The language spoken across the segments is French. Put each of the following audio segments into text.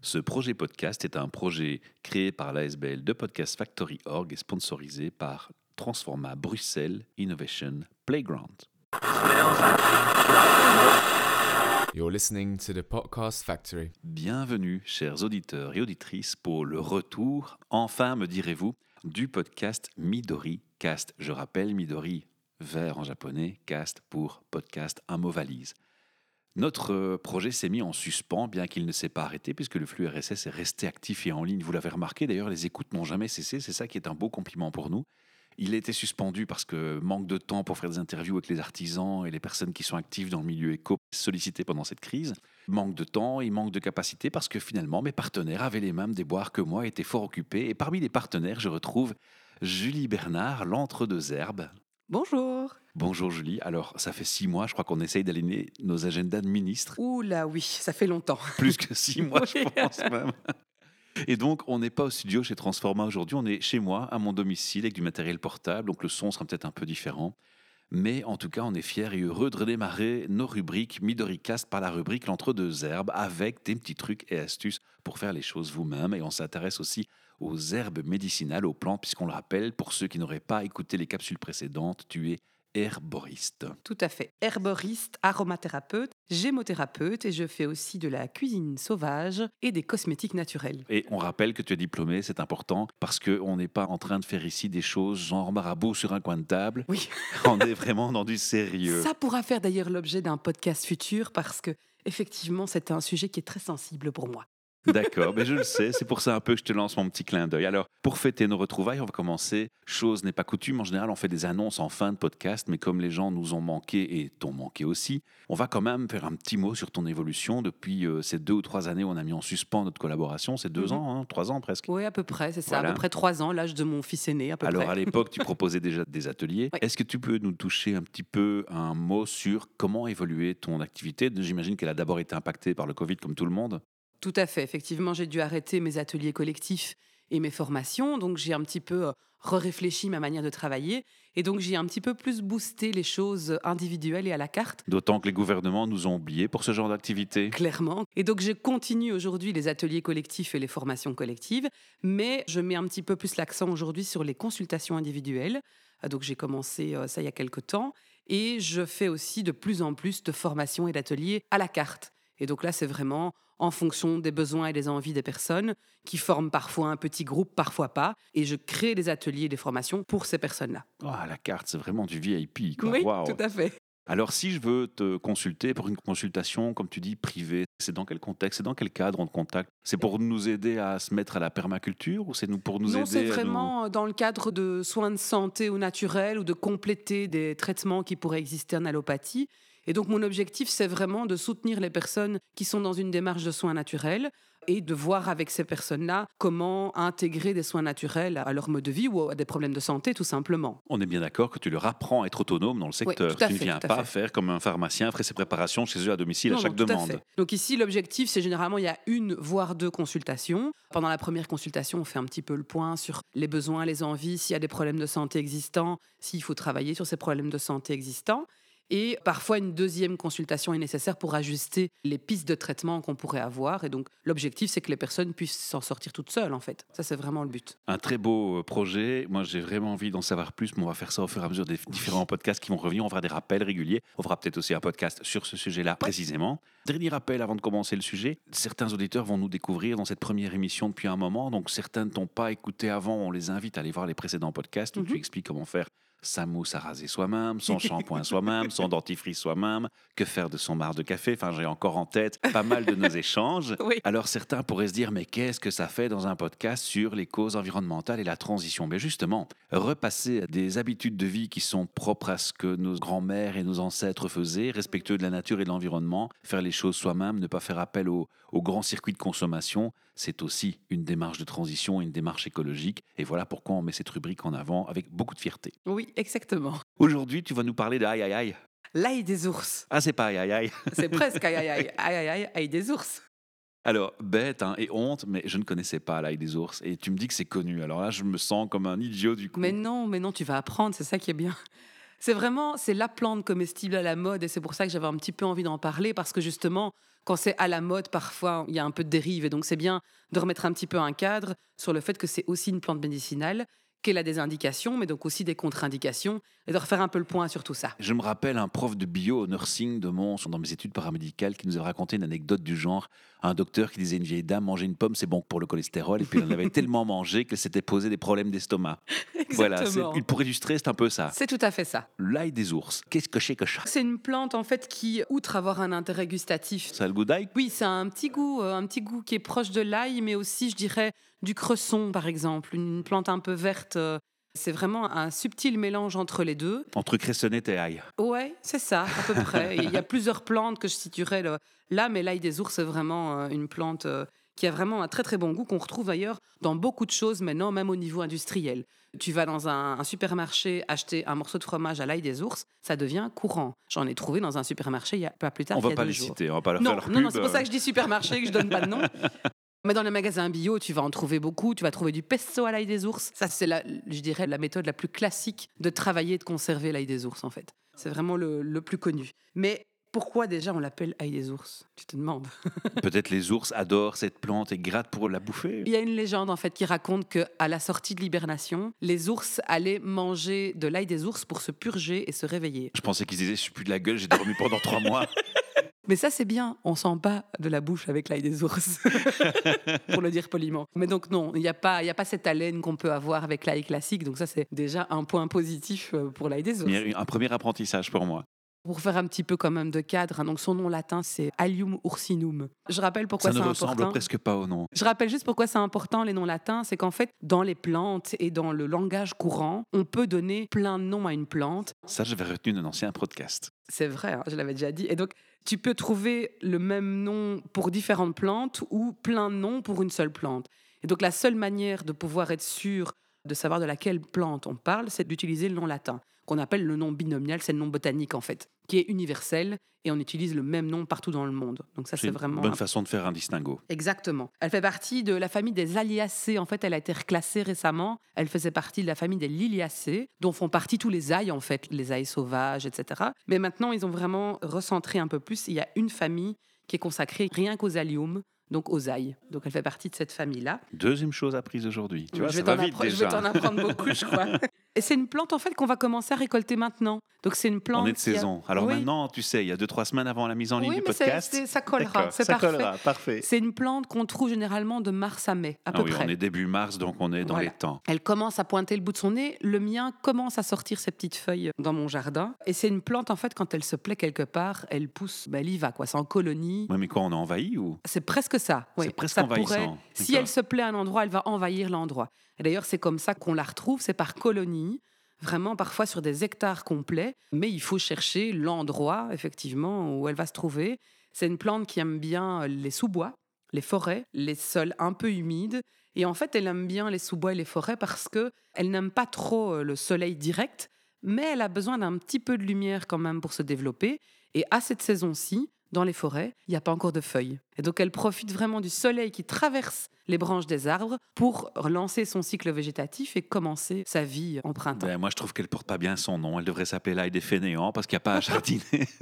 Ce projet podcast est un projet créé par l'ASBL de Podcast Factory Org et sponsorisé par Transforma Bruxelles Innovation Playground. You're listening to the Podcast Factory. Bienvenue, chers auditeurs et auditrices, pour le retour, enfin me direz-vous, du podcast Midori Cast. Je rappelle, Midori, vert en japonais, cast pour podcast, un mot valise. Notre projet s'est mis en suspens, bien qu'il ne s'est pas arrêté, puisque le flux RSS est resté actif et en ligne. Vous l'avez remarqué, d'ailleurs, les écoutes n'ont jamais cessé. C'est ça qui est un beau compliment pour nous. Il a été suspendu parce que manque de temps pour faire des interviews avec les artisans et les personnes qui sont actives dans le milieu éco sollicitées pendant cette crise. Manque de temps et manque de capacité parce que finalement, mes partenaires avaient les mêmes déboires que moi, étaient fort occupés. Et parmi les partenaires, je retrouve Julie Bernard, l'entre-deux-herbes. Bonjour. Bonjour Julie. Alors, ça fait 6 mois, je crois qu'on essaye d'aligner nos agendas de ministres. Ouh là oui, ça fait longtemps. Plus que 6 mois, Oui. je pense même. Et donc, on n'est pas au studio chez Transforma aujourd'hui, on est chez moi, à mon domicile, avec du matériel portable, donc le son sera peut-être un peu différent. Mais en tout cas, on est fiers et heureux de redémarrer nos rubriques Midoricast par la rubrique L'entre-deux herbes, avec des petits trucs et astuces pour faire les choses vous-même. Et on s'intéresse aussi aux herbes médicinales, aux plantes, puisqu'on le rappelle, pour ceux qui n'auraient pas écouté les capsules précédentes, tu es herboriste. Tout à fait. Herboriste, aromathérapeute, gémothérapeute et je fais aussi de la cuisine sauvage et des cosmétiques naturels. Et on rappelle que tu es diplômé, c'est important, parce qu'on n'est pas en train de faire ici des choses genre marabout sur un coin de table. Oui, On est vraiment dans du sérieux. ça pourra faire d'ailleurs l'objet d'un podcast futur parce que effectivement c'est un sujet qui est très sensible pour moi. D'accord, mais je le sais, c'est pour ça un peu que je te lance mon petit clin d'œil. Alors, pour fêter nos retrouvailles, on va commencer. Chose n'est pas coutume, en général, on fait des annonces en fin de podcast, mais comme les gens nous ont manqué et t'ont manqué aussi, on va quand même faire un petit mot sur ton évolution depuis ces 2 ou 3 années où on a mis en suspens notre collaboration. C'est 2 ans, 3 ans presque. Oui, à peu près, c'est ça, Voilà. à peu près 3 ans, l'âge de mon fils aîné, à peu Alors, près. à l'époque, tu proposais déjà des ateliers. Oui. Est-ce que tu peux nous toucher un petit peu un mot sur comment évoluer ton activité? J'imagine qu'elle a d'abord été impactée par le Covid, comme tout le monde. Tout à fait. Effectivement, j'ai dû arrêter mes ateliers collectifs et mes formations. Donc, j'ai un petit peu réfléchi ma manière de travailler. Et donc, j'ai un petit peu plus boosté les choses individuelles et à la carte, D'autant que les gouvernements nous ont oubliés pour ce genre d'activité. clairement. Et donc, je continue aujourd'hui les ateliers collectifs et les formations collectives. Mais je mets un petit peu plus l'accent aujourd'hui sur les consultations individuelles. Donc, j'ai commencé ça il y a quelque temps. Et je fais aussi de plus en plus de formations et d'ateliers à la carte. Et donc là, c'est vraiment en fonction des besoins et des envies des personnes qui forment parfois un petit groupe, parfois pas. Et je crée des ateliers et des formations pour ces personnes-là. Ah, la carte, c'est vraiment du VIP, quoi. Oui, Waouh. tout à fait. Alors, si je veux te consulter pour une consultation, comme tu dis, privée, c'est dans quel contexte, c'est dans quel cadre on te contacte? C'est pour nous aider à se mettre à la permaculture ou c'est pour nous Non, aider c'est à nous... vraiment dans le cadre de soins de santé au naturel ou de compléter des traitements qui pourraient exister en allopathie. Et donc, mon objectif, c'est vraiment de soutenir les personnes qui sont dans une démarche de soins naturels et de voir avec ces personnes-là comment intégrer des soins naturels à leur mode de vie ou à des problèmes de santé, tout simplement. On est bien d'accord que tu leur apprends à être autonome dans le secteur. tout à Tu ne fait, viens tout à pas fait. faire comme un pharmacien, ferait ses préparations chez eux à domicile à Non, chaque non, tout à demande. fait. Donc ici, l'objectif, c'est généralement, il y a 1 voire 2 consultations. Pendant la première consultation, on fait un petit peu le point sur les besoins, les envies, s'il y a des problèmes de santé existants, s'il faut travailler sur ces problèmes de santé existants. Et parfois, une deuxième consultation est nécessaire pour ajuster les pistes de traitement qu'on pourrait avoir. Et donc, l'objectif, c'est que les personnes puissent s'en sortir toutes seules, en fait. Ça, c'est vraiment le but. Un très beau projet. Moi, j'ai vraiment envie d'en savoir plus, mais on va faire ça au fur et à mesure des différents podcasts qui vont revenir. On fera des rappels réguliers. On fera peut-être aussi un podcast sur ce sujet-là précisément. Dernier rappel avant de commencer le sujet. Certains auditeurs vont nous découvrir dans cette première émission depuis un moment. Donc, certains ne t'ont pas écouté avant. On les invite à aller voir les précédents podcasts où tu expliques comment faire sa mousse à raser soi-même, son shampoing soi-même, son dentifrice soi-même, que faire de son marc de café. Enfin, j'ai encore en tête pas mal de nos échanges. Oui. Alors certains pourraient se dire, mais qu'est-ce que ça fait dans un podcast sur les causes environnementales et la transition? Mais justement, repasser à des habitudes de vie qui sont propres à ce que nos grands-mères et nos ancêtres faisaient, respectueux de la nature et de l'environnement, faire les choses soi-même, ne pas faire appel aux grands circuits de consommation, c'est aussi une démarche de transition, une démarche écologique. Et voilà pourquoi on met cette rubrique en avant avec beaucoup de fierté. Oui, exactement. Aujourd'hui, tu vas nous parler de aïe aïe aïe. L'ail des ours. Ah, c'est pas aïe aïe aïe. C'est presque aïe aïe aïe, aïe aïe aïe, aïe des ours. Alors, bête et honte, mais je ne connaissais pas l'ail des ours. Et tu me dis que c'est connu. Alors là, je me sens comme un idiot du coup. Mais non, tu vas apprendre, c'est ça qui est bien. c'est la plante comestible à la mode et c'est pour ça que j'avais un petit peu envie d'en parler parce que justement, quand c'est à la mode, parfois, il y a un peu de dérive et donc c'est bien de remettre un petit peu un cadre sur le fait que c'est aussi une plante médicinale, qu'elle a des indications, mais donc aussi des contre-indications et de refaire un peu le point sur tout ça. Je me rappelle un prof de bio au nursing de Mons, dans mes études paramédicales, qui nous avait raconté une anecdote du genre. Un docteur qui disait à une vieille dame, manger une pomme, c'est bon pour le cholestérol. Et puis, elle en avait tellement mangé qu'elle s'était posé des problèmes d'estomac. Voilà, pour illustrer, c'est un peu ça. C'est tout à fait ça. L'ail des ours, qu'est-ce que c'est que ça? C'est une plante, en fait, qui, outre avoir un intérêt gustatif... Ça a le goût d'ail? Oui, c'est un petit goût qui est proche de l'ail, mais aussi, je dirais, du cresson, par exemple. Une plante un peu verte... C'est vraiment un subtil mélange entre les deux. Entre cressonnette et ail. Ouais, c'est ça, à peu près. Il y a plusieurs plantes que je situerais là, mais l'ail des ours, c'est vraiment une plante qui a vraiment un très très bon goût, qu'on retrouve d'ailleurs dans beaucoup de choses maintenant, même au niveau industriel. Tu vas dans un supermarché acheter un morceau de fromage à l'ail des ours, ça devient courant. J'en ai trouvé dans un supermarché il y a pas plus tard qu'il y a 2 jours. On va pas les citer, on va pas leur non, faire leur non, pub. non, c'est pour ça que je dis supermarché, que je donne pas de nom. Mais dans les magasins bio, tu vas en trouver beaucoup. Tu vas trouver du pesto à l'ail des ours. Ça, c'est, je dirais, la méthode la plus classique de travailler et de conserver l'ail des ours, en fait. C'est vraiment le plus connu. Mais pourquoi déjà on l'appelle ail des ours? Tu te demandes. Peut-être les ours adorent cette plante et grattent pour la bouffer. Il y a une légende, en fait, qui raconte qu'à la sortie de l'hibernation, les ours allaient manger de l'ail des ours pour se purger et se réveiller. Je pensais qu'ils disaient, je suis plus de la gueule, j'ai dormi pendant 3 mois. Mais ça, c'est bien. On sent pas de la bouche avec l'ail des ours, pour le dire poliment. Mais donc non, il n'y a pas cette haleine qu'on peut avoir avec l'ail classique. Donc ça, c'est déjà un point positif pour l'ail des ours. Un premier apprentissage pour moi. Pour faire un petit peu quand même de cadre, donc son nom latin, c'est Allium ursinum. Je rappelle pourquoi c'est important. important. Ça ne ressemble presque pas au nom. Je rappelle juste pourquoi c'est important, les noms latins. C'est qu'en fait, dans les plantes et dans le langage courant, on peut donner plein de noms à une plante. Ça, j'avais retenu d'un ancien podcast. C'est vrai, hein, je l'avais déjà dit. Et donc, tu peux trouver le même nom pour différentes plantes ou plein de noms pour une seule plante. Et donc, la seule manière de pouvoir être sûr de savoir de laquelle plante on parle, c'est d'utiliser le nom latin, qu'on appelle le nom binomial, c'est le nom botanique en fait, qui est universel et on utilise le même nom partout dans le monde. Donc ça, c'est vraiment une bonne façon de faire un distinguo. Exactement. Elle fait partie de la famille des Liliacées. En fait, elle a été reclassée récemment. Elle faisait partie de la famille des Liliacées, dont font partie tous les ails, en fait, les ails sauvages, etc. Mais maintenant, ils ont vraiment recentré un peu plus. Il y a une famille qui est consacrée rien qu'aux alliums, donc aux ails. Donc elle fait partie de cette famille-là. Deuxième chose apprise aujourd'hui. Tu vois, ça va vite déjà. Je vais t'en apprendre beaucoup, je crois. Et c'est une plante en fait qu'on va commencer à récolter maintenant. Donc c'est une plante. On est de saison. Alors maintenant, tu sais, il y a 2-3 semaines avant la mise en ligne du podcast. Ça collera. C'est ça parfait. Collera, parfait. C'est une plante qu'on trouve généralement de mars à mai, à peu près. On est début mars, donc on est dans les temps. Elle commence à pointer le bout de son nez. Le mien commence à sortir ses petites feuilles dans mon jardin. Et c'est une plante en fait, quand elle se plaît quelque part, elle pousse, elle y va quoi. C'est en colonie. Oui, mais quoi, on est envahi ou? C'est presque ça. Oui. C'est presque envahissant. Si elle se plaît à un endroit, elle va envahir l'endroit. Et d'ailleurs, c'est comme ça qu'on la retrouve. C'est par colonie. Vraiment parfois sur des hectares complets, mais il faut chercher l'endroit, effectivement, où elle va se trouver. C'est une plante qui aime bien les sous-bois, les forêts, les sols un peu humides. Et en fait, elle aime bien les sous-bois et les forêts parce qu'elle n'aime pas trop le soleil direct, mais elle a besoin d'un petit peu de lumière quand même pour se développer. Et à cette saison-ci, dans les forêts, il n'y a pas encore de feuilles. Et donc, elle profite vraiment du soleil qui traverse les branches des arbres pour relancer son cycle végétatif et commencer sa vie en printemps. Moi, je trouve qu'elle ne porte pas bien son nom. Elle devrait s'appeler l'ail des fainéants parce qu'il n'y a pas à jardiner.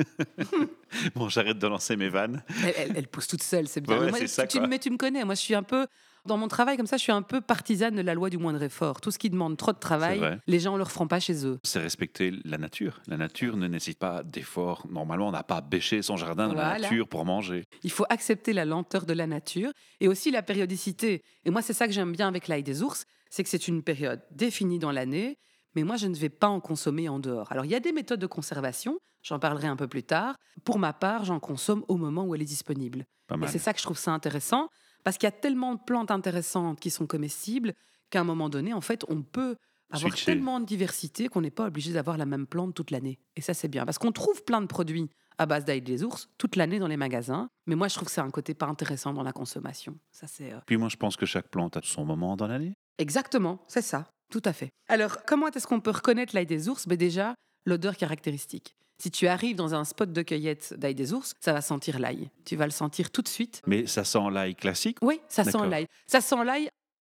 Bon, j'arrête de lancer mes vannes. Elle pousse toute seule, c'est bien. Ouais, moi, c'est ça, tu me connais. Moi, je suis un peu... Dans mon travail, comme ça, je suis un peu partisane de la loi du moindre effort. Tout ce qui demande trop de travail, les gens ne le feront pas chez eux. C'est respecter la nature. La nature ne nécessite pas d'effort. Normalement, on n'a pas à bêcher son jardin dans la nature pour manger. Il faut accepter la lenteur de la nature et aussi la périodicité. Et moi, c'est ça que j'aime bien avec l'ail des ours, c'est que c'est une période définie dans l'année, mais moi, je ne vais pas en consommer en dehors. Alors, il y a des méthodes de conservation, j'en parlerai un peu plus tard. Pour ma part, j'en consomme au moment où elle est disponible. Et c'est ça que je trouve ça intéressant. Parce qu'il y a tellement de plantes intéressantes qui sont comestibles qu'à un moment donné, en fait, on peut avoir tellement de diversité qu'on n'est pas obligé d'avoir la même plante toute l'année. Et ça, c'est bien. Parce qu'on trouve plein de produits à base d'ail des ours toute l'année dans les magasins. Mais moi, je trouve que c'est un côté pas intéressant dans la consommation. Ça, c'est, Puis moi, je pense que chaque plante a son moment dans l'année. Exactement, c'est ça. Tout à fait. Alors, comment est-ce qu'on peut reconnaître l'ail des ours? Déjà, l'odeur caractéristique. Si tu arrives dans un spot de cueillette d'ail des ours, ça va sentir l'ail. Tu vas le sentir tout de suite. Mais ça sent l'ail classique? Oui, ça sent l'ail. Ça sent l'ail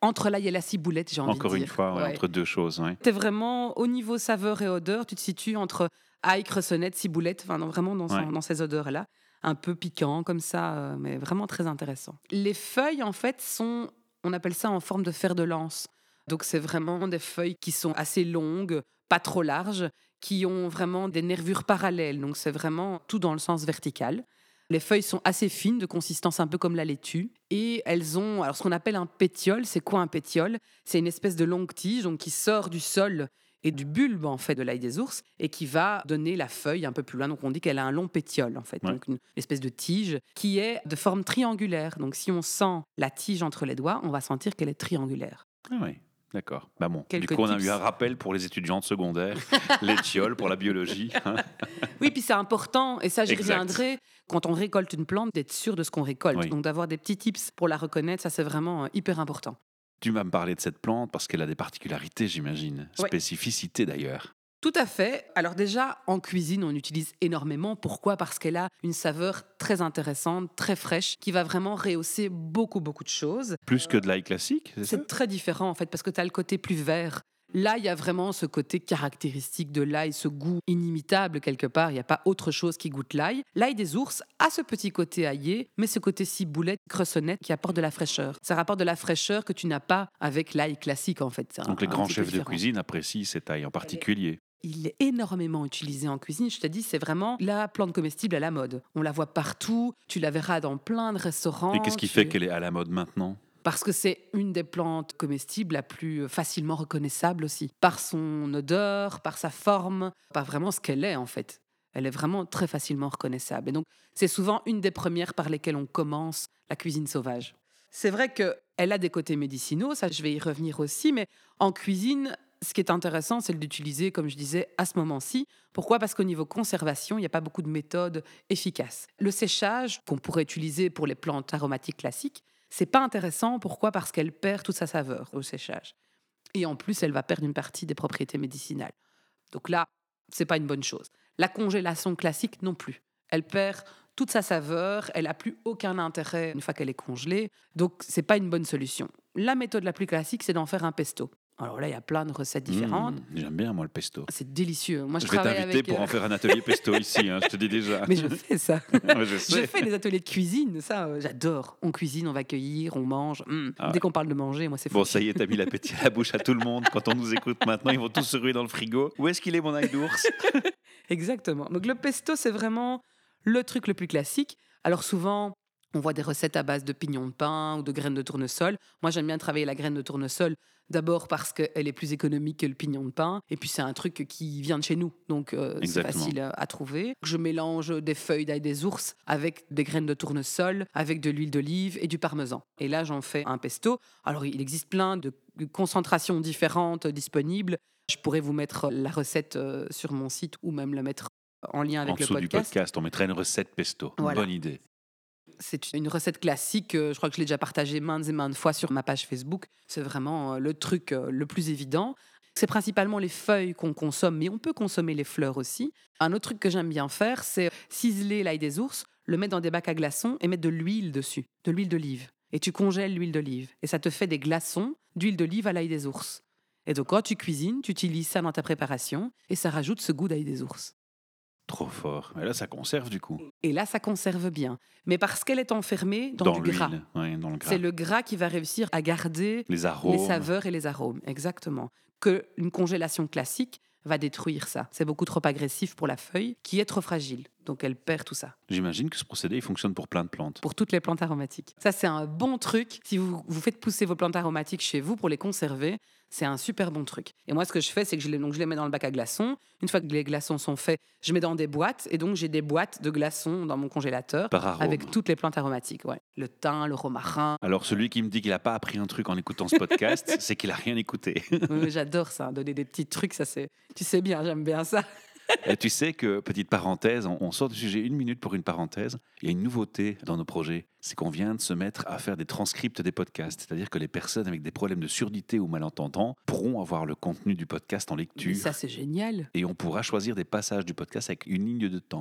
entre l'ail et la ciboulette, j'ai envie de dire. Encore une fois, Ouais. entre deux choses. Ouais. T'es vraiment, au niveau saveur et odeur, tu te situes entre ail, cressonnette, ciboulette, vraiment dans ces odeurs-là. Un peu piquant comme ça, mais vraiment très intéressant. Les feuilles, en fait, on appelle ça en forme de fer de lance. Donc c'est vraiment des feuilles qui sont assez longues, pas trop larges, qui ont vraiment des nervures parallèles. Donc c'est vraiment tout dans le sens vertical. Les feuilles sont assez fines, de consistance un peu comme la laitue. Et elles ont alors ce qu'on appelle un pétiole. C'est quoi un pétiole ? C'est une espèce de longue tige donc, qui sort du sol et du bulbe en fait de l'ail des ours et qui va donner la feuille un peu plus loin. Donc on dit qu'elle a un long pétiole en fait, Ouais. donc une espèce de tige qui est de forme triangulaire. Donc si on sent la tige entre les doigts, on va sentir qu'elle est triangulaire. Ah oui, d'accord. Bah bon, Quelques du coup, on a tips. eu un rappel pour les étudiants de secondaire, les tioles pour la biologie. Hein. Oui, puis c'est important, et ça j'y Exact. reviendrai, quand on récolte une plante, d'être sûr de ce qu'on récolte. Oui. Donc d'avoir des petits tips pour la reconnaître, ça c'est vraiment hyper important. Tu vas me parler de cette plante parce qu'elle a des particularités, j'imagine. Ouais. Spécificités d'ailleurs. Tout à fait. Alors déjà, en cuisine, on utilise énormément. Pourquoi ? Parce qu'elle a une saveur très intéressante, très fraîche, qui va vraiment rehausser beaucoup, beaucoup de choses. Plus que de l'ail classique, c'est ça? C'est très différent en fait, parce que tu as le côté plus vert. Là, il y a vraiment ce côté caractéristique de l'ail, ce goût inimitable quelque part. Il n'y a pas autre chose qui goûte l'ail. L'ail des ours a ce petit côté aillé, mais ce côté ciboulette, cressonnette qui apporte de la fraîcheur. Ça rapporte de la fraîcheur que tu n'as pas avec l'ail classique en fait. C'est Donc les un grands petit peu chefs de différent. cuisine apprécient cette ail en particulier. Il est énormément utilisé en cuisine. Je te dis, c'est vraiment la plante comestible à la mode. On la voit partout. Tu la verras dans plein de restaurants. Et qu'est-ce qui fait qu'elle est à la mode maintenant? Parce que c'est une des plantes comestibles la plus facilement reconnaissable aussi. Par son odeur, par sa forme, par vraiment ce qu'elle est en fait. Elle est vraiment très facilement reconnaissable. Et donc, c'est souvent une des premières par lesquelles on commence la cuisine sauvage. C'est vrai qu'elle a des côtés médicinaux, ça je vais y revenir aussi, mais en cuisine, ce qui est intéressant, c'est de l'utiliser, comme je disais, à ce moment-ci. Pourquoi ? Parce qu'au niveau conservation, il n'y a pas beaucoup de méthodes efficaces. Le séchage, qu'on pourrait utiliser pour les plantes aromatiques classiques, c'est pas intéressant. Pourquoi ? Parce qu'elle perd toute sa saveur au séchage. Et en plus, elle va perdre une partie des propriétés médicinales. Donc là, c'est pas une bonne chose. La congélation classique non plus. Elle perd toute sa saveur, elle n'a plus aucun intérêt une fois qu'elle est congelée. Donc, c'est pas une bonne solution. La méthode la plus classique, c'est d'en faire un pesto. Alors là, il y a plein de recettes différentes. J'aime bien, moi, le pesto. C'est délicieux. Moi, je Je vais travaille t'inviter avec, pour en faire un atelier pesto ici, hein, je te dis déjà. Mais je fais ça. Ouais, je Je sais. fais des ateliers de cuisine, ça, j'adore. On cuisine, on va cueillir, on mange. Ah ouais. Dès qu'on parle de manger, moi, c'est fou. Bon, ça y est, t'as mis l'appétit à la bouche à tout le monde. Quand on nous écoute maintenant, ils vont tous se ruer dans le frigo. Où est-ce qu'il est, mon ail d'ours? Exactement. Donc le pesto, c'est vraiment le truc le plus classique. Alors souvent, on voit des recettes à base de pignons de pain ou de graines de tournesol. Moi, j'aime bien travailler la graine de tournesol. D'abord parce qu'elle est plus économique que le pignon de pain. Et puis, c'est un truc qui vient de chez nous. Donc, c'est Exactement. facile à trouver. Je mélange des feuilles d'ail des ours avec des graines de tournesol, avec de l'huile d'olive et du parmesan. Et là, j'en fais un pesto. Alors, il existe plein de concentrations différentes disponibles. Je pourrais vous mettre la recette sur mon site ou même la mettre en lien avec En dessous le du podcast. podcast, on mettrait une recette pesto. Voilà. Bonne idée. C'est une recette classique, je crois que je l'ai déjà partagée maintes et maintes fois sur ma page Facebook. C'est vraiment le truc le plus évident. C'est principalement les feuilles qu'on consomme, mais on peut consommer les fleurs aussi. Un autre truc que j'aime bien faire, c'est ciseler l'ail des ours, le mettre dans des bacs à glaçons et mettre de l'huile dessus, de l'huile d'olive. Et tu congèles l'huile d'olive. Et ça te fait des glaçons d'huile d'olive à l'ail des ours. Et donc quand tu cuisines, tu utilises ça dans ta préparation et ça rajoute ce goût d'ail des ours. Trop fort. Et là, ça conserve du coup. Et là, ça conserve bien. Mais parce qu'elle est enfermée dans du gras. l'huile. Ouais, dans le gras. C'est le gras qui va réussir à garder Les arômes. les saveurs et les arômes. Exactement. Que une congélation classique va détruire ça. C'est beaucoup trop agressif pour la feuille, qui est trop fragile. Donc elle perd tout ça. J'imagine que ce procédé il fonctionne pour plein de plantes. Pour toutes les plantes aromatiques. Ça, c'est un bon truc. Si vous faites pousser vos plantes aromatiques chez vous pour les conserver, c'est un super bon truc. Et moi, ce que je fais, c'est que je les mets dans le bac à glaçons. Une fois que les glaçons sont faits, je mets dans des boîtes. Et donc, j'ai des boîtes de glaçons dans mon congélateur Par arôme. avec toutes les plantes aromatiques. Ouais. Le thym, le romarin. Alors, celui qui me dit qu'il n'a pas appris un truc en écoutant ce podcast, c'est qu'il n'a rien écouté. Oui, j'adore ça, donner des petits trucs. Ça, c'est, tu sais bien, j'aime bien ça. Et tu sais que, petite parenthèse, on sort du sujet 1 minute pour une parenthèse. Il y a une nouveauté dans nos projets, c'est qu'on vient de se mettre à faire des transcripts des podcasts. C'est-à-dire que les personnes avec des problèmes de surdité ou malentendants pourront avoir le contenu du podcast en Mais lecture. ça, c'est génial. Et on pourra choisir des passages du podcast avec une ligne de temps.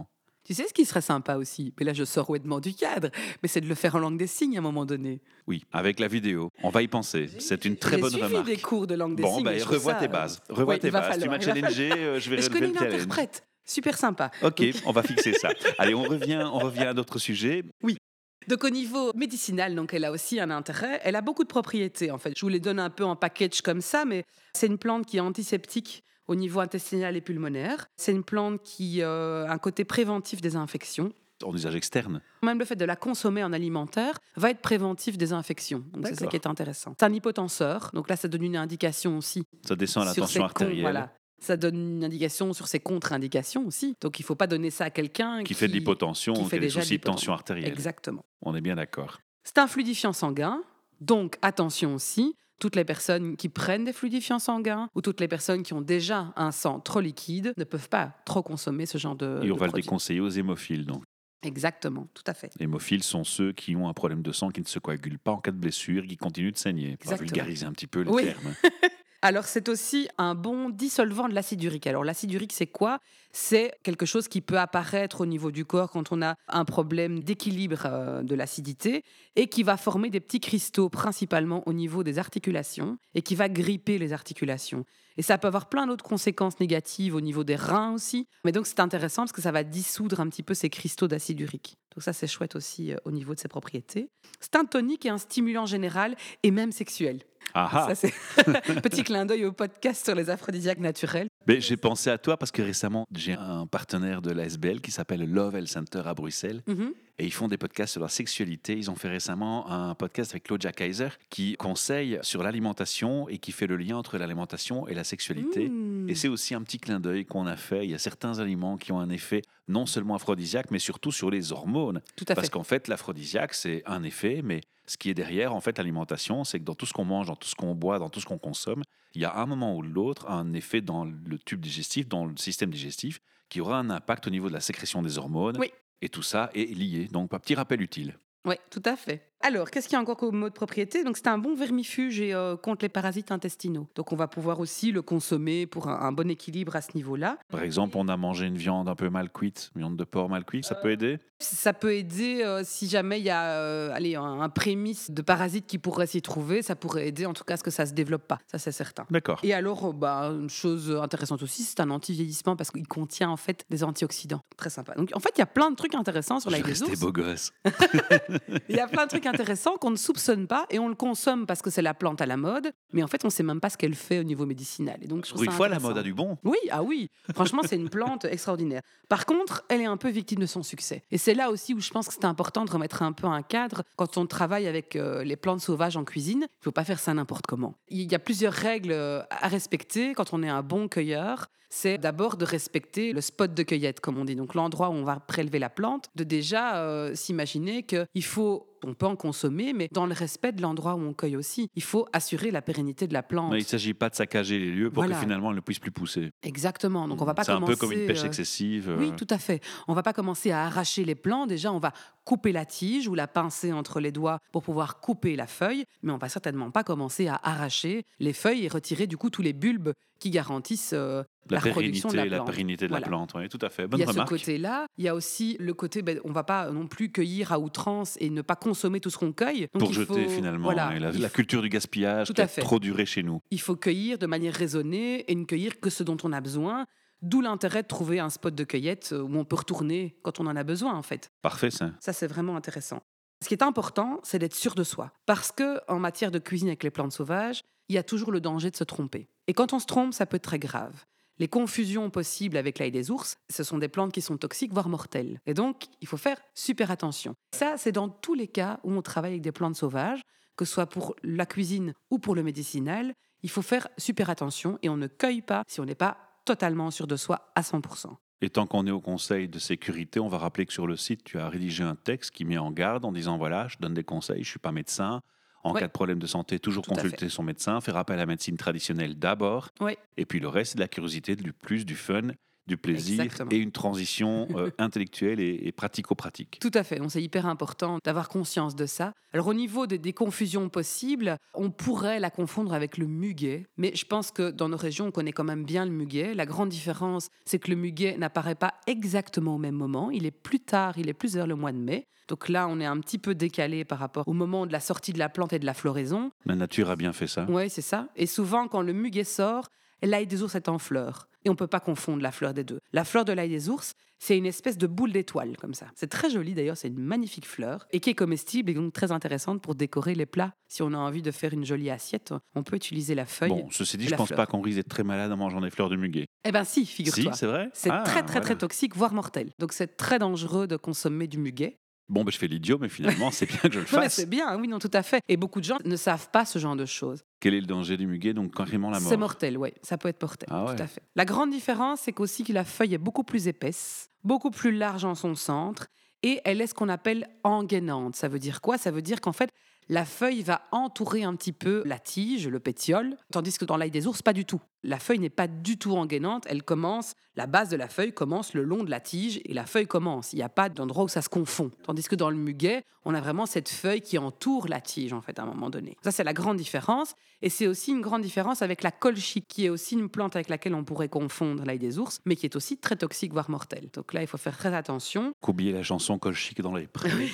Tu sais ce qui serait sympa aussi, mais là je sors honnêtement du cadre, mais c'est de le faire en langue des signes à un moment donné. Oui, avec la vidéo. On va y penser. C'est une très bonne J'ai remarque. suivi des cours de langue des Bon, signes. ben, et je trouve revois ça, tes bases. Revois ouais, tes il va bases. Tu falloir, m'as il va challengé, je vais Mais je relever connais le une challenge. interprète, super sympa. Ok, on va fixer ça. Allez, on revient à d'autres sujets. Donc au niveau médicinal, donc elle a aussi un intérêt. Elle a beaucoup de propriétés en fait. Je vous les donne un peu en package comme ça, mais c'est une plante qui est antiseptique au niveau intestinal et pulmonaire. C'est une plante qui a un côté préventif des infections. En usage externe. Même le fait de la consommer en alimentaire va être préventif des infections. Donc c'est ça D'accord. qui est intéressant. C'est un hypotenseur, donc là ça donne une indication aussi. Ça descend à la sur tension ses artérielle. voilà. Ça donne une indication sur ses contre-indications aussi. Donc il ne faut pas donner ça à quelqu'un Qui fait de l'hypotension, qui qui fait a des déjà de soucis de l'hypotension. tension artérielle. Exactement. On est bien d'accord. C'est un fluidifiant sanguin, donc attention aussi, toutes les personnes qui prennent des fluidifiants sanguins ou toutes les personnes qui ont déjà un sang trop liquide ne peuvent pas trop consommer ce genre de Et on va le produit. déconseiller aux hémophiles. Donc. Exactement, tout à fait. Les hémophiles sont ceux qui ont un problème de sang qui ne se coagule pas en cas de blessure, qui continuent de saigner. On va Exactement. vulgariser un petit peu les Oui. termes. Alors, c'est aussi un bon dissolvant de l'acide urique. Alors, l'acide urique, c'est quoi? C'est quelque chose qui peut apparaître au niveau du corps quand on a un problème d'équilibre de l'acidité et qui va former des petits cristaux, principalement au niveau des articulations, et qui va gripper les articulations. Et ça peut avoir plein d'autres conséquences négatives au niveau des reins aussi. Mais donc, c'est intéressant parce que ça va dissoudre un petit peu ces cristaux d'acide urique. Donc ça, c'est chouette aussi au niveau de ses propriétés. C'est un tonique et un stimulant général et même sexuel. Ah ah. Ça, c'est petit clin d'œil au podcast sur les aphrodisiaques naturels. Mais j'ai pensé à toi parce que récemment, j'ai un partenaire de l'ASBL qui s'appelle Love Health Center à Bruxelles. Mhm. Et ils font des podcasts sur la sexualité. Ils ont fait récemment un podcast avec Claudia Kaiser qui conseille sur l'alimentation et qui fait le lien entre l'alimentation et la sexualité. Mmh. Et c'est aussi un petit clin d'œil qu'on a fait. Il y a certains aliments qui ont un effet non seulement aphrodisiaque, mais surtout sur les hormones. Tout à Parce fait. qu'en fait, l'aphrodisiaque, c'est un effet, mais ce qui est derrière, en fait, l'alimentation, c'est que dans tout ce qu'on mange, dans tout ce qu'on boit, dans tout ce qu'on consomme, il y a un moment ou l'autre un effet dans le tube digestif, dans le système digestif, qui aura un impact au niveau de la sécrétion des hormones. Oui. Et tout ça est lié. Donc, un petit rappel utile. Oui, tout à fait. Alors, qu'est-ce qu'il y a encore comme mot de propriété? Donc, c'est un bon vermifuge et contre les parasites intestinaux. Donc, on va pouvoir aussi le consommer pour un bon équilibre à ce niveau-là. Par exemple, on a mangé une viande un peu mal cuite, une viande de porc mal cuite, ça peut aider. Ça peut aider si jamais il y a un prémisse de parasites qui pourrait s'y trouver. Ça pourrait aider en tout cas à ce que ça ne se développe pas. Ça, c'est certain. D'accord. Et alors, une chose intéressante aussi, c'est un anti-vieillissement parce qu'il contient en fait des antioxydants. Très sympa. Donc, en fait, il y a plein de trucs intéressants sur Je la vais rester ours. beau gosse. Il y a plein de trucs intéressants qu'on ne soupçonne pas et on le consomme parce que c'est la plante à la mode, mais en fait, on ne sait même pas ce qu'elle fait au niveau médicinal. Et donc, je trouve Pour une ça fois, la intéressant. mode a du bon. Oui, ah oui. Franchement, c'est une plante extraordinaire. Par contre, elle est un peu victime de son succès. Et c'est là aussi où je pense que c'est important de remettre un peu un cadre quand on travaille avec les plantes sauvages en cuisine. Il ne faut pas faire ça n'importe comment. Il y a plusieurs règles à respecter quand on est un bon cueilleur. C'est d'abord de respecter le spot de cueillette, comme on dit, donc l'endroit où on va prélever la plante, de déjà s'imaginer qu'il faut, on peut en consommer, mais dans le respect de l'endroit où on cueille aussi. Il faut assurer la pérennité de la plante. Mais il ne s'agit pas de saccager les lieux pour Voilà. que finalement elle ne puisse plus pousser. Exactement, donc on va pas C'est un commencer... peu comme une pêche excessive. Oui, tout à fait. On va pas commencer à arracher les plants. Déjà, on va couper la tige ou la pincer entre les doigts pour pouvoir couper la feuille, mais on va certainement pas commencer à arracher les feuilles et retirer du coup tous les bulbes qui garantissent la reproduction de la plante. La pérennité de Voilà. la plante, oui, tout à fait. Il Bonne y a remarque. ce côté-là. Il y a aussi le côté, on ne va pas non plus cueillir à outrance et ne pas consommer tout ce qu'on cueille. Donc Pour il jeter faut- finalement. voilà, Et il la culture du gaspillage Tout qui à a fait. trop duré chez nous. Il faut cueillir de manière raisonnée et ne cueillir que ce dont on a besoin. D'où l'intérêt de trouver un spot de cueillette où on peut retourner quand on en a besoin, en fait. Parfait, ça. Ça, c'est vraiment intéressant. Ce qui est important, c'est d'être sûr de soi. Parce que en matière de cuisine avec les plantes sauvages, il y a toujours le danger de se tromper. Et quand on se trompe, ça peut être très grave. Les confusions possibles avec l'ail des ours, ce sont des plantes qui sont toxiques, voire mortelles. Et donc, il faut faire super attention. Ça, c'est dans tous les cas où on travaille avec des plantes sauvages, que ce soit pour la cuisine ou pour le médicinal. Il faut faire super attention et on ne cueille pas si on n'est pas totalement sûr de soi à 100%. Et tant qu'on est au conseil de sécurité, on va rappeler que sur le site, tu as rédigé un texte qui met en garde en disant voilà, je donne des conseils, je ne suis pas médecin. En Ouais. cas de problème de santé, toujours Tout à consulter son médecin, faire appel à la médecine traditionnelle d'abord. Oui, Et puis le reste, c'est de la curiosité, du plus, du fun. du plaisir Exactement. et une transition intellectuelle et pratico-pratique. Tout à fait, donc c'est hyper important d'avoir conscience de ça. Alors au niveau des confusions possibles, on pourrait la confondre avec le muguet, mais je pense que dans nos régions, on connaît quand même bien le muguet. La grande différence, c'est que le muguet n'apparaît pas exactement au même moment, il est plus tard, il est plus vers le mois de mai. Donc là, on est un petit peu décalé par rapport au moment de la sortie de la plante et de la floraison. La nature a bien fait ça. Oui, c'est ça. Et souvent, quand le muguet sort, l'ail des ours est en fleur. Et on ne peut pas confondre la fleur des deux. La fleur de l'ail des ours, c'est une espèce de boule d'étoile, comme ça. C'est très joli d'ailleurs, c'est une magnifique fleur. Et qui est comestible et donc très intéressante pour décorer les plats. Si on a envie de faire une jolie assiette, on peut utiliser la feuille. Bon, ceci dit, de je la pense fleur. pas qu'on risque d'être très malade en mangeant des fleurs de muguet. Eh bien si, Si, figure-toi. c'est vrai. C'est Ah, très voilà. toxique, voire mortel. Donc c'est très dangereux de consommer du muguet. Bon, je fais l'idiot, mais finalement, c'est bien que je le Non mais fasse. c'est bien, oui, non, tout à fait. Et beaucoup de gens ne savent pas ce genre de choses. Quel est le danger du muguet? Donc, carrément la mort. C'est mortel, oui, ça peut être mortel, Ah ouais. tout à fait. La grande différence, c'est qu'aussi que la feuille est beaucoup plus épaisse, beaucoup plus large en son centre, et elle est ce qu'on appelle engainante. Ça veut dire quoi? Ça veut dire qu'en fait, la feuille va entourer un petit peu la tige, le pétiole, tandis que dans l'ail des ours, pas du tout. La feuille n'est pas du tout engainante, elle commence, la base de la feuille commence le long de la tige et la feuille commence. Il n'y a pas d'endroit où ça se confond. Tandis que dans le muguet, on a vraiment cette feuille qui entoure la tige, en fait, à un moment donné. Ça, c'est la grande différence. Et c'est aussi une grande différence avec la colchique, qui est aussi une plante avec laquelle on pourrait confondre l'ail des ours, mais qui est aussi très toxique, voire mortelle. Donc là, il faut faire très attention. Qu'oublier la chanson Colchique dans les prés,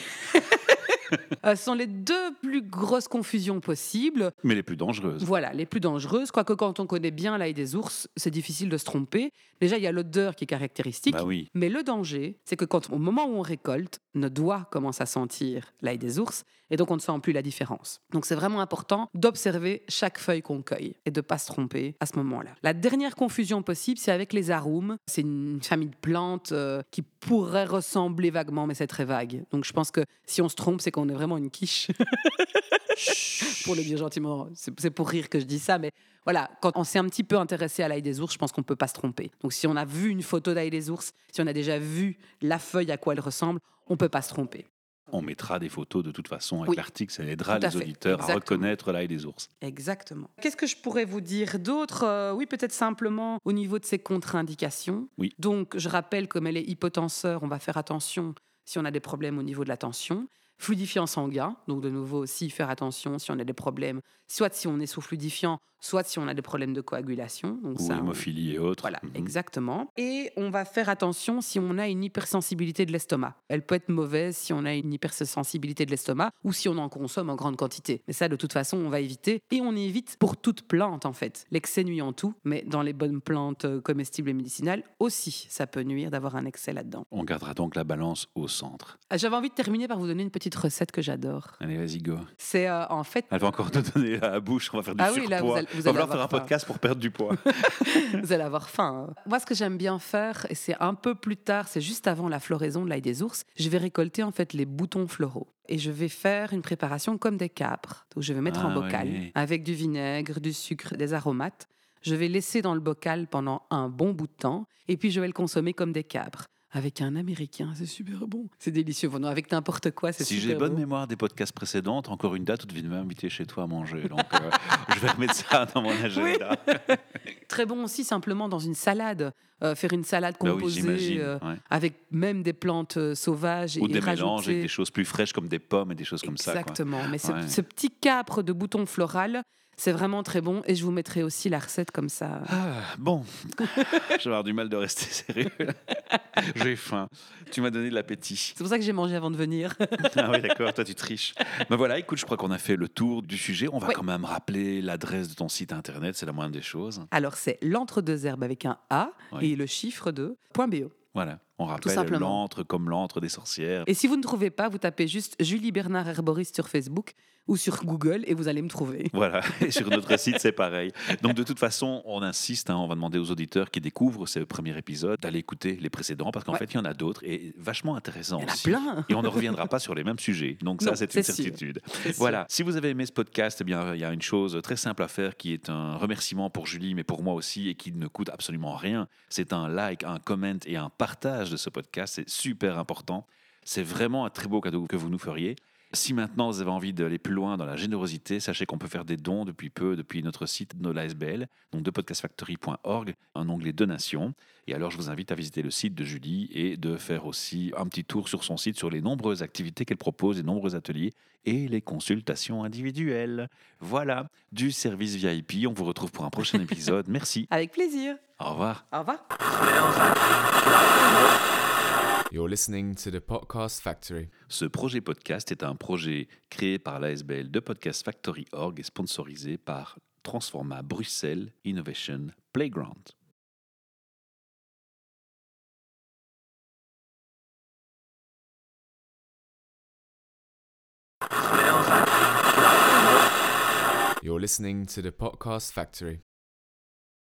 Ce sont les deux plus grosses confusions possibles. mais les plus dangereuses. Voilà, les plus dangereuses. Quoique quand on connaît bien l'ail des ours, c'est difficile de se tromper. Déjà, il y a l'odeur qui est caractéristique. Bah oui. Mais le danger, c'est que au moment où on récolte, nos doigts commencent à sentir l'ail des ours et donc on ne sent plus la différence. Donc c'est vraiment important d'observer chaque feuille qu'on cueille et de ne pas se tromper à ce moment-là. La dernière confusion possible, c'est avec les aroums. C'est une famille de plantes qui pourrait ressembler vaguement, mais c'est très vague. Donc je pense que si on se trompe, c'est qu'on est vraiment une quiche. Pour le dire gentiment, c'est pour rire que je dis ça, mais voilà, quand on s'est un petit peu intéressé à l'ail des ours, je pense qu'on ne peut pas se tromper. Donc si on a vu une photo d'ail des ours, si on a déjà vu la feuille à quoi elle ressemble, on ne peut pas se tromper. On mettra des photos de toute façon avec Oui. l'article, ça aidera Tout à les fait. auditeurs à Exactement. reconnaître l'ail des ours. Exactement. Qu'est-ce que je pourrais vous dire d'autre? Oui, peut-être simplement au niveau de ces contre-indications. Oui. Donc, je rappelle, comme elle est hypotenseur, on va faire attention si on a des problèmes au niveau de la tension. Fluidifiant sanguin, donc de nouveau aussi faire attention si on a des problèmes, soit si on est sous fluidifiant, soit si on a des problèmes de coagulation. Donc Ou ça, hémophilie et autres. Voilà, Mhm. exactement. Et on va faire attention si on a une hypersensibilité de l'estomac. Elle peut être mauvaise si on a une hypersensibilité de l'estomac ou si on en consomme en grande quantité. Mais ça, de toute façon, on va éviter. Et on évite pour toute plante, en fait. L'excès nuit en tout, mais dans les bonnes plantes comestibles et médicinales aussi, ça peut nuire d'avoir un excès là-dedans. On gardera donc la balance au centre. J'avais envie de terminer par vous donner une petite recette que j'adore. Allez, vas-y, go. C'est en fait... Elle va encore te donner à la bouche, on va faire du Ah oui, surpoids. là, vous allez Il va falloir faire avoir un faim. podcast pour perdre du poids. Vous allez avoir faim. Moi, ce que j'aime bien faire, et c'est un peu plus tard, c'est juste avant la floraison de l'ail des ours, je vais récolter en fait les boutons floraux. Et je vais faire une préparation comme des capres. Donc, je vais mettre Ah en bocal oui. avec du vinaigre, du sucre, des aromates. Je vais laisser dans le bocal pendant un bon bout de temps. Et puis, je vais le consommer comme des capres. Avec un américain, c'est super bon. C'est délicieux. Bon, non, avec n'importe quoi, c'est Si super j'ai bonne bon. mémoire des podcasts précédents, encore une date où tu devais m'inviter chez toi à manger. Donc, je vais remettre ça dans mon agenda. Très bon aussi, simplement dans une salade. Faire une salade Bah oui, composée j'imagine. Ouais. avec même des plantes sauvages Ou et des mélanges rajouter... avec des choses plus fraîches comme des pommes et des choses comme ça. Quoi. Exactement. Mais Ouais. ce petit capre de bouton floral, c'est vraiment très bon. Et je vous mettrai aussi la recette comme ça. Ah, bon, je vais avoir du mal de rester sérieux. là. J'ai faim. Tu m'as donné de l'appétit. C'est pour ça que j'ai mangé avant de venir. Ah oui, d'accord, toi tu triches. Ben voilà, écoute, je crois qu'on a fait le tour du sujet. On va Oui. quand même rappeler l'adresse de ton site internet, c'est la moindre des choses. Alors, c'est l'entre-deux-herbes avec un A Oui. et le chiffre de .be. Voilà, on rappelle simplement. l'antre comme l'antre des sorcières. Et si vous ne trouvez pas, vous tapez juste Julie Bernard Herboriste sur Facebook ou sur Google et vous allez me trouver. Voilà, et sur notre site, c'est pareil. Donc, de toute façon, on insiste, on va demander aux auditeurs qui découvrent ce premier épisode d'aller écouter les précédents, parce qu'en Ouais. fait, il y en a d'autres et vachement intéressants Il y en a aussi. plein. Et on ne reviendra pas sur les mêmes sujets. Donc, ça, Non, c'est une c'est sûr. certitude. C'est sûr. Voilà, si vous avez aimé ce podcast, eh bien, il y a une chose très simple à faire qui est un remerciement pour Julie, mais pour moi aussi, et qui ne coûte absolument rien. C'est un like, un comment et un partage de ce podcast. C'est super important. C'est vraiment un très beau cadeau que vous nous feriez. Si maintenant vous avez envie d'aller plus loin dans la générosité, sachez qu'on peut faire des dons depuis peu, depuis notre site de l'ASBL, donc de podcastfactory.org, un onglet donations. Et alors je vous invite à visiter le site de Julie et de faire aussi un petit tour sur son site, sur les nombreuses activités qu'elle propose, les nombreux ateliers et les consultations individuelles. Voilà, du service VIP. On vous retrouve pour un prochain épisode. Merci. Avec plaisir. Au revoir. Au revoir. You're listening to the Podcast Factory. Ce projet podcast est un projet créé par l'ASBL de Podcast Factory.org et sponsorisé par Transforma Bruxelles Innovation Playground. You're listening to the Podcast Factory.